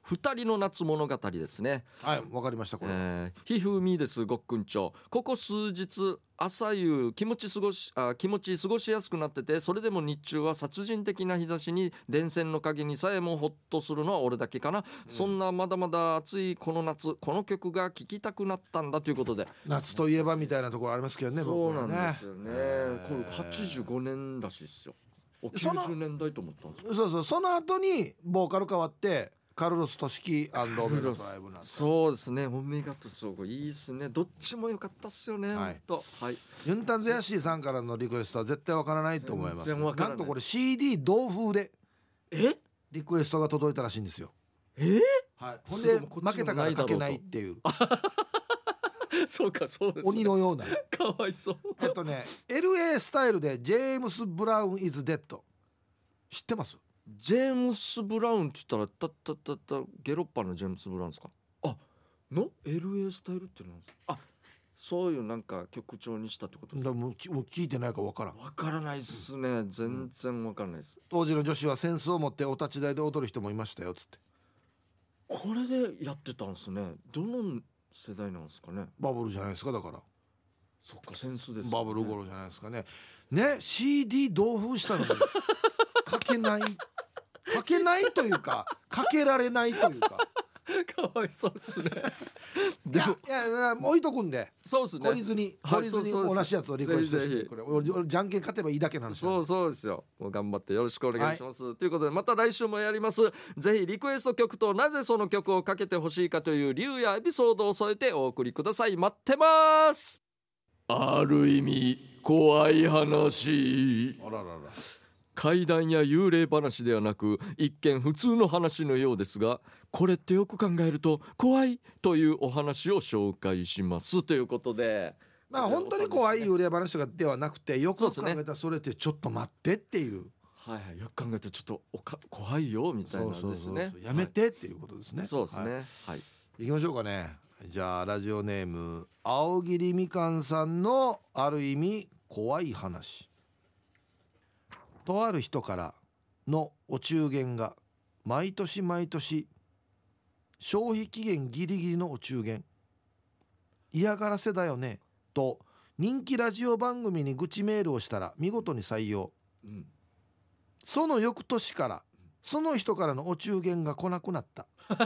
二人の夏物語ですね。 はい、わかりましたこれ、 えー、ひふみです。ごっくんちょ。ここ数日朝夕気持ち過ごしあ気持ち過ごしやすくなってて、それでも日中は殺人的な日差しに電線の影にさえもホッとするのは俺だけかな、うん、そんなまだまだ暑いこの夏、この曲が聴きたくなったんだということで、 夏といえばみたいなところありますけどね。 そうなんですよね、これはちじゅうごねんらしいですよ。きゅうじゅうねんだいと思ったんですか。 そうそう、その後にボーカル変わってカルロス・トシキ&オメガトライブなんて。 そうですね、オメガとすごいいいですね。どっちも良かったっすよね、はい、と、はい、 ユンタンゼヤシーさんからのリクエストは絶対わからないと思います。なんとこれ シーディー 同封でえリクエストが届いたらしいんですよ。 えーはい、ほんで負けたから書けないっていうそうか、そうです、ね、 鬼のようなかわいそう。 えっとね エルエー スタイルでジェームス・ブラウン is dead 知ってます？ ジェームス・ブラウンって言ったらたったったったゲロッパのジェームス・ブラウンですか。あの エルエー スタイルってなんですか。あ、そういうなんか曲調にしたってことですか。 だもうもう聞いてないか分からん。 分からないっすね、うん、全然分からないです、うん、 当時の女子はセンスを持ってお立ち台で踊る人もいましたよつって。 これでやってたんですね。どの世代なんですかね。 バブルじゃないですか。だからそっか、センスです、ね、 バブル頃じゃないですかね。ね シーディー 同封したのに書けない書けないというか書けられないというかかわいそうですね。 でもいやいや置いとくんで、 そうですね、 懲りずに懲りずに同じやつをリクエストしてくれ。俺じゃんけん勝てばいいだけなんですよ。 そうそうですよ。もう頑張ってよろしくお願いします、はい、ということでまた来週もやります。ぜひリクエスト曲となぜその曲をかけてほしいかという理由やエピソードを添えてお送りください。待ってます。ある意味怖い話。 あららら。 怪談や幽霊話ではなく一見普通の話のようですが、これってよく考えると怖いというお話を紹介しますということで、 まあ本当に怖い幽霊話とかではなくて、よく考えたらそれってちょっと待ってっていう、 はいはい、よく考えたらちょっとおか怖いよみたいなんですね。そうそうそうそう、 やめてっていうことですね、 はい、そうですね、はい、はい、 行きましょうかね。じゃあラジオネーム青桐みかんさんのある意味怖い話。とある人からのお中元が毎年毎年消費期限ギリギリのお中元、嫌がらせだよねと人気ラジオ番組に愚痴メールをしたら見事に採用、うん、その翌年からその人からのお中元が来なくなった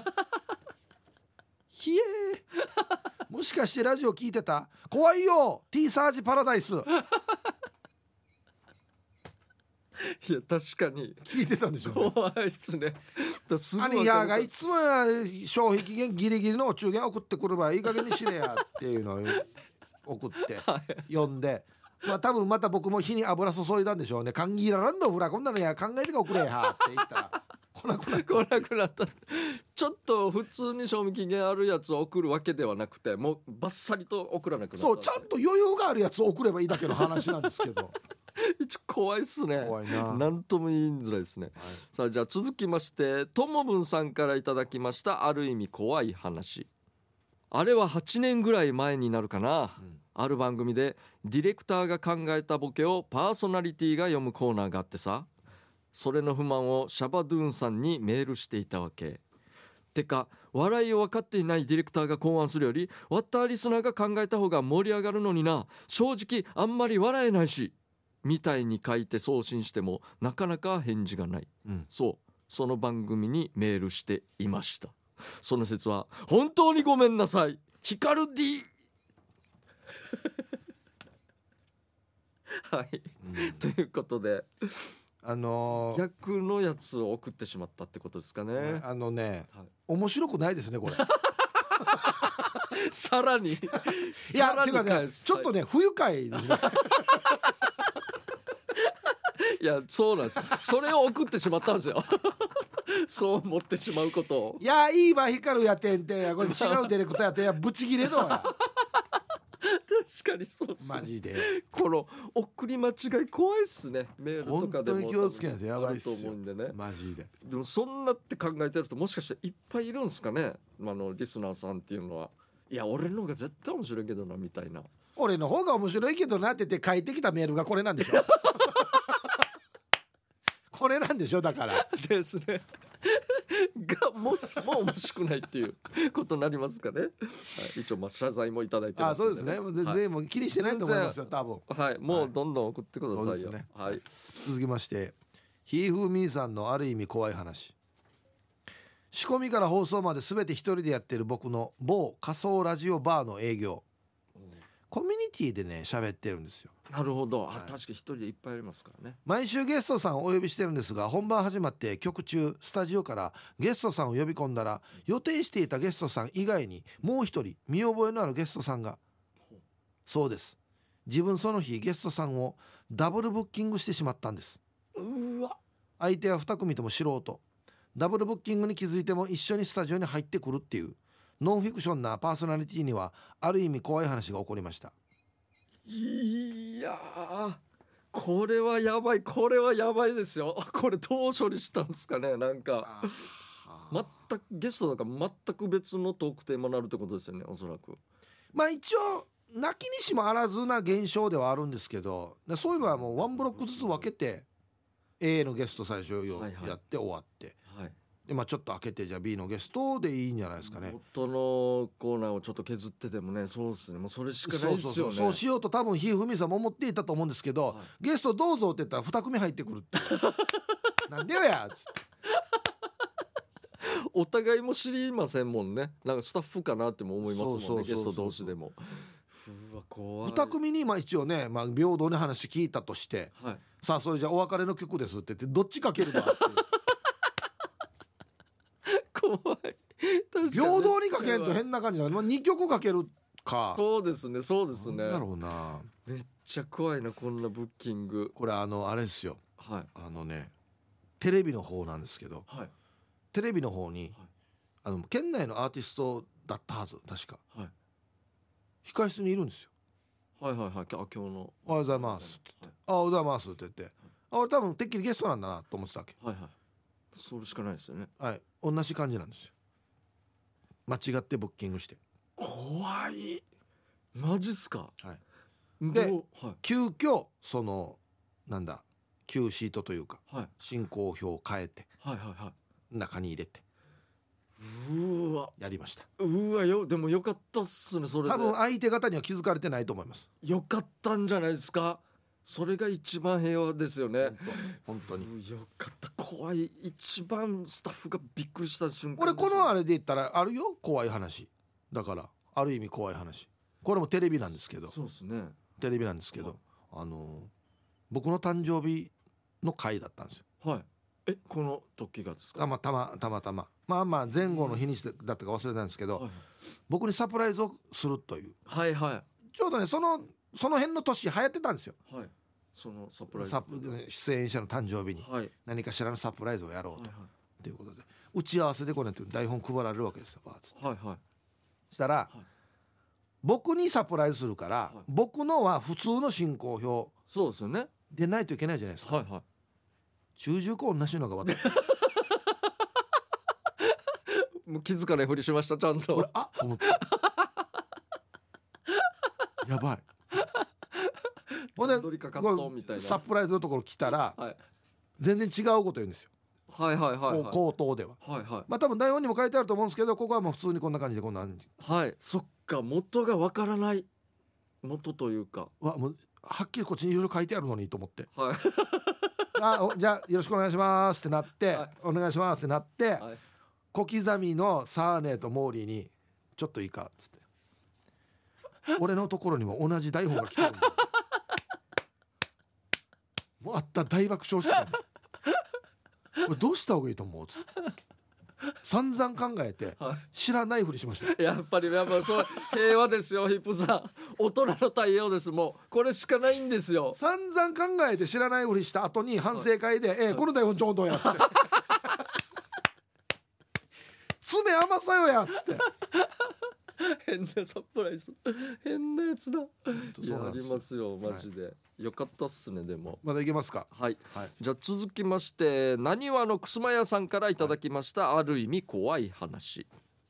ひえー、もしかしてラジオ聞いてた？怖いよ T サージパラダイスいや確かに聞いてたんでしょう、ね、 怖いっすね。 アニヤがいつも消費期限ギリギリのお中元送ってくればいい加減にしれやっていうのを送って読んで、まあ多分また僕も火に油注いだんでしょうね。カンギーラランドフラこんなのや考えてか送れやって言ったら来なくなった来なくなった。ちょっと普通に賞味期限あるやつを送るわけではなくて、もうバッサリと送らなくなった。 そう、ちゃんと余裕があるやつを送ればいいだけの話なんですけど一応怖いっすね。 怖いな。 なんとも言いづらいですね、はい、さあじゃあ続きましてともぶんさんからいただきましたある意味怖い話。あれははちねんぐらい前になるかな、うん、ある番組でディレクターが考えたボケをパーソナリティが読むコーナーがあってさ、それの不満をシャバドゥーンさんにメールしていたわけ。てか笑いを分かっていないディレクターが考案するよりワッターリスナーが考えた方が盛り上がるのにな、正直あんまり笑えないしみたいに書いて送信してもなかなか返事がない、うん、そうその番組にメールしていました。その説は本当にごめんなさいヒカル D はい、うん、ということであのー、 逆のやつを送ってしまったってことですかね。 あのね、はい、面白くないですねこれさらにいやっていうかねちょっとね不愉快ですねいやそうなんですよ。それを送ってしまったんですよそう思ってしまうことを。 いやいいわ光るやてんってこれ違うディレクターやってやブチギレだわ確かにそうっすね。 マジでこの送り間違い怖いっすね。メールとかでも本当に気をつけないとやばいっすよ。 あると思うんでね。 マジで。 でもそんなって考えてる人もしかしていっぱいいるんですかね。あのリスナーさんっていうのは、いや俺の方が絶対面白いけどなみたいな。 俺の方が面白いけどなって言って書いてきたメールがこれなんでしょこれなんでしょだからですねがもうもう面白くないっていうことになりますかね、はい、一応まあ謝罪もいただいてますんで、ね、 あそうですね、全然もう気にしてないと思いますよ多分。 はい、もうどんどん送ってくださいよ、はい、 ね、 はい、 続きましてひーふーみーさんのある意味怖い話。仕込みから放送まで全て一人でやってる僕の某仮想ラジオバーの営業、コミュニティでね喋ってるんですよ。 なるほど、はい、確か一人でいっぱいありますからね。 毎週ゲストさんをお呼びしてるんですが、本番始まって曲中スタジオからゲストさんを呼び込んだら、予定していたゲストさん以外にもう一人見覚えのあるゲストさんが。そうです、自分その日ゲストさんをダブルブッキングしてしまったんです。 うわ、 相手はに組とも素人。ダブルブッキングに気づいても一緒にスタジオに入ってくるっていうノンフィクションなパーソナリティにはある意味怖い話が起こりました。 いやー、これはやばい、これはやばいですよ。これどう処理したんですかね。なんか全くゲストだから全く別のトークテーマになるってことですよね、おそらく。 まあ一応泣きにしもあらずな現象ではあるんですけど、そういえばもうワンブロックずつ分けて A のゲスト最初やって終わって、はいはい、でまあちょっと開けてじゃあ B のゲストでいいんじゃないですかね。 元のコーナーをちょっと削っててもね、そうですね、もうそれしかないですよね。 そうそうそう、そうしようと多分ひふみさんも思っていたと思うんですけど、はい、ゲストどうぞって言ったらに組入ってくるってなんでよやっつってお互いも知りませんもんね。なんかスタッフかなっても思いますもんね、そうそうそうそう、ゲスト同士でも。うわ怖い。に組にまあ一応ね、まあ、平等に話聞いたとして、はい、さあそれじゃあお別れの曲ですって言ってどっちかけるかって怖い。確かに平等にかけんと変な感じだ、まあ、にきょくかけるか。 そうですね、そうですね。 なんだろうな、 めっちゃ怖いな、こんなブッキング。 これあのあれですよ、 はい、 あのねテレビの方なんですけど、はい、テレビの方に、はい、あの県内のアーティストだったはず確か、はい、控室にいるんですよ。 はいはいはい、あ今日のおはようございますって言って、はい、あおはようございますって言って、はい、あ俺多分てっきりゲストなんだなと思ってたわけ。 はいはい、それしかないですよね。 はい、同じ感じなんですよ。間違ってブッキングして。 怖い、マジっすか。 はい、で、はい、急遽そのなんだ Q シートというか、はい、進行表を変えて、はいはいはい、中に入れてうわやりました。 うわよ、でもよかったっすね。それで多分相手方には気づかれてないと思います。 よかったんじゃないですか。それが一番平和ですよね。 本当によかった。怖い、一番スタッフがびっくりした瞬間。 俺このあれで言ったらあるよ、怖い話だから、ある意味怖い話。これもテレビなんですけど、 そうですね、 テレビなんですけど、あの僕の誕生日の回だったんですよ。 はい。えこの時がですか。 あ、まあ、たまたまたままあまあ前後の日にちだったか忘れたんですけど、はい、僕にサプライズをするという、 はいはい、 ちょうどねそのその辺の年流行ってたんですよ。 はい、そのサプライズサプ出演者の誕生日に何かしらのサプライズをやろうと、はいはい、ということで打ち合わせでこうやって台本配られるわけですよ。バーッつって、はいはい、したら、はい、僕にサプライズするから、はい、僕のは普通の進行表そうですよねでないといけないじゃないですか。はいはい、中重コーンなしのが渡ってもう気づかないふりしました、ちゃんと。 俺あと思ってやばいほんでサプライズのところ来たら、はい、全然違うこと言うんですよ。 はいはいはい、はい、 口頭では、はいはい、まあ多分台本にも書いてあると思うんですけど、ここはもう普通にこんな感じでこんな、 はい、そっか、元がわからない、元というかわもうはっきりこっちにいろいろ書いてあるのにと思って、 はいあじゃあよろしくお願いしますってなって、はい、お願いしますってなって、はい、小刻みのサーネーとモーリーにちょっといいかっつって俺のところにも同じ台本が来てるんだもうあった大爆笑してこれどうした方がいいと思うっつって散々考えて、はい、知らないふりしました。 やっぱりやっぱそう平和ですよヒップさん、大人の対応です。もうこれしかないんですよ。 散々考えて知らないふりした後に反省会で、はい、えー、この台本ちょうどやっつって爪甘さよやっつって変なサプライズ変なやつだ。いやありますよマジで、はい、よかったっすね。でもまだいけますか。 はい、はい、じゃあ続きましてなにわのくすまやさんからいただきました、はい、ある意味怖い話。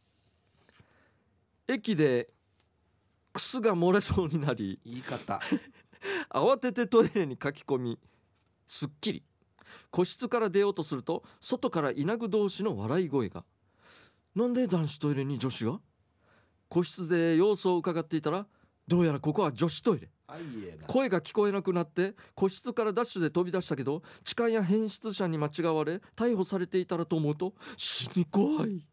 駅でくすが漏れそうになり言い方慌ててトイレに書き込みすっきり個室から出ようとすると外から稲具同士の笑い声が。なんで男子トイレに女子が？個室で様子を伺っていたら、どうやらここは女子トイレ。声が聞こえなくなって個室からダッシュで飛び出したけど、痴漢や変質者に間違われ逮捕されていたらと思うと死に怖い。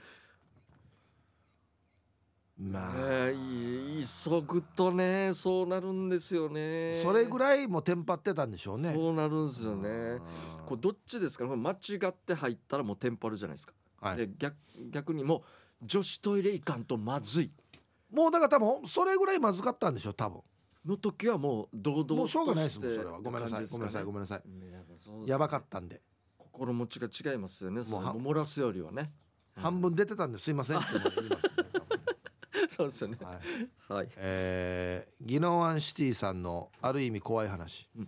まあ、えー、急ぐとねそうなるんですよね。 それぐらいもうテンパってたんでしょうね。 そうなるんですよね。これどっちですか？間違って入ったらもうテンパるじゃないですか、はい、で 逆, 逆にもう女子トイレ行かんとまずい。 もうだから多分それぐらいまずかったんでしょう多分の時はもう堂々として、 もうしょうがないですもんそれは。ごめんなさい、ね、ごめんなさいごめんなさい、やばかったんで。 心持ちが違いますよね。その漏らすよりはね。 半分出てたんですいませんって言いますねそうですよね。はい、はい、 えー、ギノワンシティさんのある意味怖い話、うん、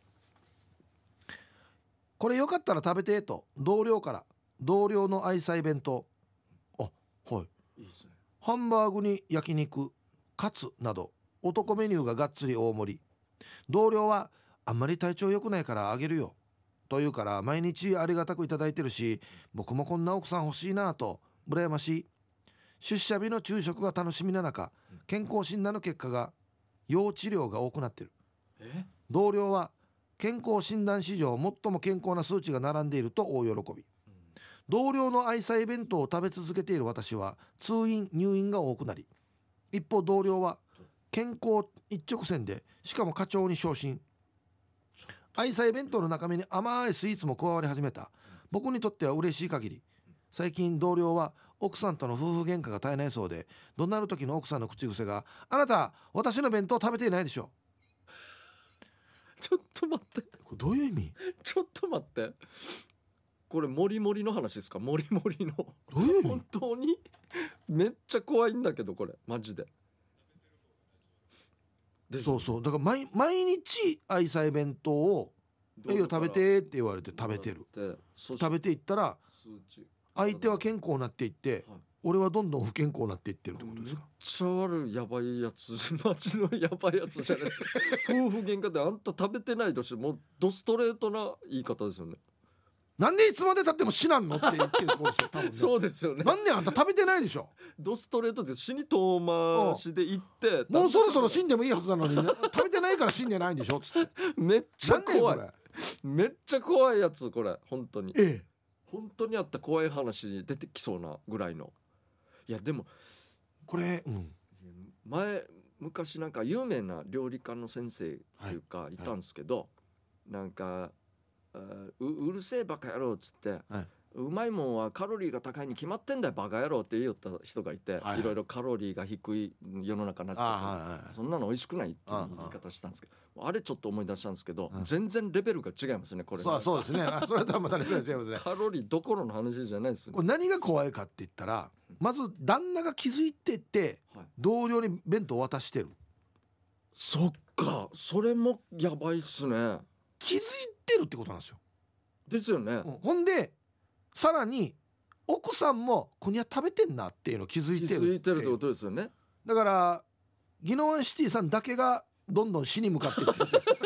これよかったら食べてと同僚から。同僚の愛妻弁当、あ、はい、いいですね。ハンバーグに焼肉、カツなど男メニューががっつり大盛り。同僚はあんまり体調良くないからあげるよと言うから毎日ありがたくいただいてるし、僕もこんな奥さん欲しいなと羨ましい。出社日の昼食が楽しみな中、健康診断の結果が要治療が多くなってる。え？同僚は健康診断史上最も健康な数値が並んでいると大喜び、うん、同僚の愛妻弁当を食べ続けている私は通院入院が多くなり、一方同僚は健康一直線でしかも課長に昇進。愛妻弁当の中身に甘いスイーツも加わり始めた。僕にとっては嬉しい限り。最近同僚は奥さんとの夫婦喧嘩が絶えないそうで、怒鳴る時の奥さんの口癖が、あなた私の弁当食べていないでしょ。 ちょっと待って、 これどういう意味？ ちょっと待って、これモリモリの話ですか？モリモリのどういう意味？ 本当にめっちゃ怖いんだけどこれマジで。 そうそう、だから 毎, 毎日愛妻弁当をいいよ食べてって言われて食べてる。食べていったら相手は健康になっていって、はい、俺はどんどん不健康になっていってるってことですか？ めっちゃ悪いやばいやつマジのやばいやつじゃないですか夫婦喧嘩であんた食べてないとしてもうドストレートな言い方ですよね。 なんでいつまで経っても死なんのって言ってるところですよ多分、ね、 そうですよね。 なんであんた食べてないでしょ。 ドストレートで死に遠回しで言ってもうそろそろ死んでもいいはずなのに、ね、食べてないから死んでないんでしょっつってめっちゃ怖いめっちゃ怖いやつこれ本当に、ええ、本当にあった怖い話出てきそうなぐらいの。いやでもこれ、うん、 前昔なんか有名な料理家の先生っていうかいたんですけど、はいはい、なんか う, うるせえバカ野郎っつって、はい、うまいもんはカロリーが高いに決まってんだよバカ野郎って言った人がいて、はいはい、いろいろカロリーが低い世の中になっちゃって、はいはい、そんなの美味しくないっていう言い方したんですけど、 あ, あれちょっと思い出したんですけど、全然レベルが違いますねこれね。 そうそうですねそれとはまたレベルが違いますねカロリーどころの話じゃないですね。 これ何が怖いかって言ったら、まず旦那が気づいてて、はい、同僚に弁当渡してる。 そっか、それもやばいっすね。 気づいてるってことなんですよ。 ですよね、うん、 ほんでさらに奥さんもこにゃ食べてんなっていうのを気づいてる気づいてるってことですよね。 だからギノワンシティさんだけがどんどん死に向かっていって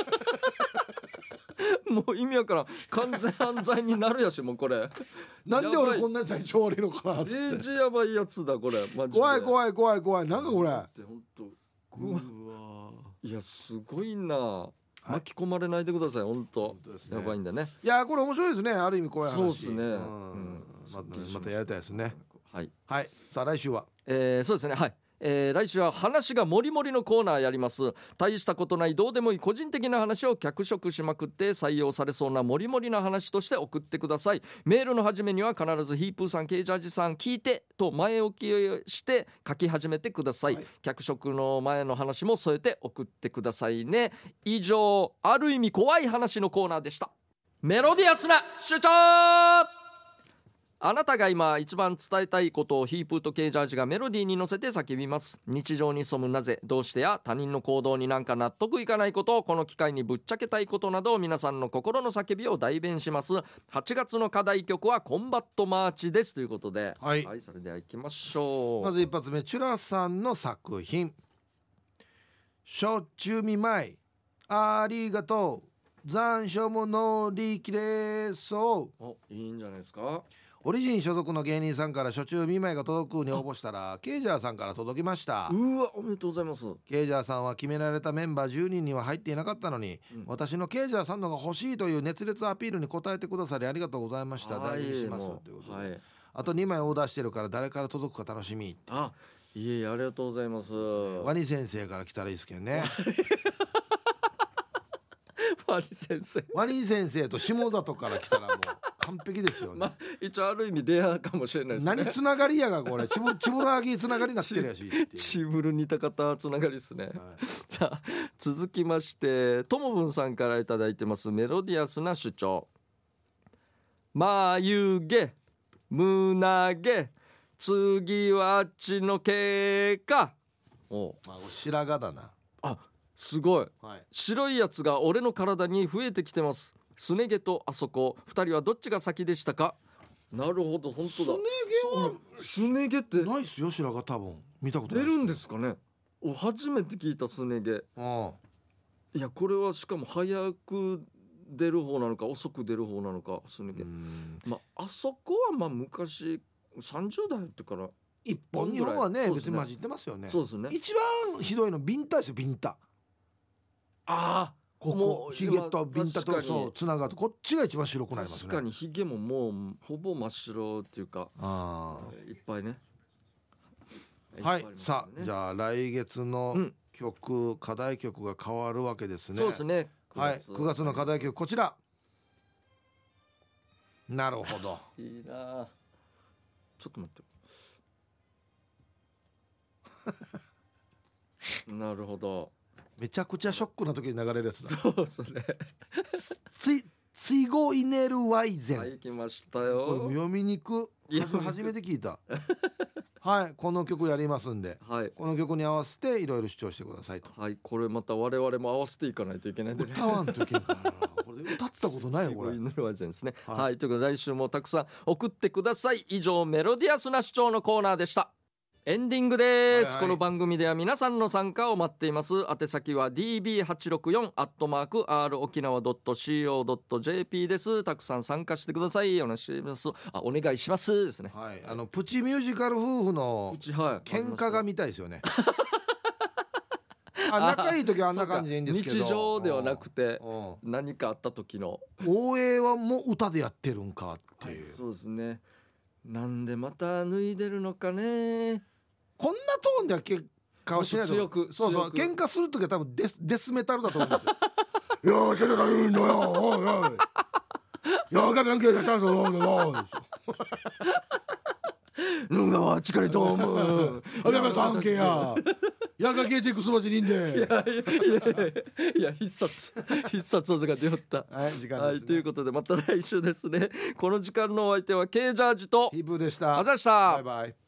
るもう意味わからん完全犯罪になるやしもうこれなんで俺こんなに体調悪いのかなってデージやばいやつだこれマジで。 怖い怖い怖い怖い。なんかこれって本当うわいやすごいな、巻き込まれないでください本当、ね、やばいんだね。 いやこれ面白いですね。ある意味怖い話。 そうですね、うんうんま, またやりたいですね。 はい、 はい、さあ来週は、 えー、そうですねはい、えー、来週は話がもりもりのコーナーやります。大したことないどうでもいい個人的な話を脚色しまくって採用されそうなもりもりな話として送ってください。メールの始めには必ずヒープーさんケイジャージさん聞いてと前置きして書き始めてください、はい、脚色の前の話も添えて送ってくださいね。以上ある意味怖い話のコーナーでした。メロディアスな主張。あなたが今一番伝えたいことをヒープーとケイジャージがメロディーに乗せて叫びます。日常に潜むなぜどうしてや他人の行動になんか納得いかないことをこの機会にぶっちゃけたいことなど皆さんの心の叫びを代弁します。はちがつの課題曲はコンバットマーチですということで、はい、はい、それでは行きましょう。 まず一発目チュラさんの作品しょっちゅう見舞いありがとう残暑も乗り切れそう。 お、いいんじゃないですか。 オリジン所属の芸人さんから初中見舞いが届くに応募したらケイジャーさんから届きました。 うわ、おめでとうございます。 ケイジャーさんは決められたメンバーじゅうにんには入っていなかったのに、うん、私のケイジャーさんのが欲しいという熱烈アピールに応えてくださりありがとうございました。大事にしますということで、はい、あとにまいオーダーしてるから誰から届くか楽しみって。 あ、いえいえ、ありがとうございます。 ワニ先生から来たらいいですけどね。 ワニ先生ワニ先生と下里から来たらもう完璧ですよね。まあ、 一応ある意味レアかもしれないですね。 何つながりやがこれ。チブチブラーギーつながりになってるやしチブル似た方つながりですね、はい、じゃあ続きましてともぶんさんからいただいてます。メロディアスな主張。眉毛胸毛次はあっちの毛か。 お、まあ、白髪だな。 あ、すごい、はい、白いやつが俺の体に増えてきてます。すね毛とあそこふたりはどっちが先でしたか。なるほど、本当だ。すね毛はすね毛ってないっすよ。白髪多分見たことない。 出るんですかね。お、初めて聞いたすね毛。ああ、いやこれはしかも早く出る方なのか遅く出る方なのかすね毛。まああそこはまあ昔さんじゅう代ってからいっぽんにほんはね別に混じってますよね。 そうですね。 一番ひどいのビンタですよ。ビンタ。 ああ、 ここヒゲとビンタとそうつながるとこっちが一番白くなりますね。 確かにヒゲももうほぼ真っ白っていうか、あいっぱいね。 はい、さあじゃあ来月の曲、うん、課題曲が変わるわけですね。 そうですね。 はい、くがつの課題曲こちら。なるほど。 いいな。ちょっと待ってなるほど。 めちゃくちゃショックな時に流れるやつだ。 そうですね。 つツイゴイネルワイゼン。 はい、来ましたよ。 これも読みにく初めて聞いた。はい、この曲やりますんで、はい、この曲に合わせていろいろ主張してくださいと。 はい、これまた我々も合わせていかないといけないんでね。 歌わんといけんからな。これ歌ったことないよこれ。ツイゴイネルワイゼンですね。 はい、はい、ということで来週もたくさん送ってください。以上メロディアスな主張のコーナーでした。エンディングです、はいはい、この番組では皆さんの参加を待っています。宛先は ディービーはちろくよん アットマーク アール 沖縄 ドット シーオー ドット ジェーピー です。たくさん参加してください。お願いします。あ、お願いしますですね。 はい、あのプチミュージカル夫婦の喧嘩が見たいですよね。あ、仲いい時はあんな感じでいいんですけど、 日常ではなくて何かあった時の大江はもう歌でやってるんかっていう、 はい、そうですね。なんでまた脱いでるのかね。 こんなトーンでは結果をしないと。 強くそうそう、喧嘩する時は多分デス、デスメタルだと思うんですよ。よーし、だからいいのよ。おいおい。よーかなんけやしゃそうよ。ぬがは力と思う。あやめさんけや。やがけいていくそばでいいんで。いやいやいやいや必殺必殺技が出よった。 はい時間ですね。 はい、ということでまた来週ですね。この時間のお相手はケイジャージとヒブでした。 あざした。 バイバイ。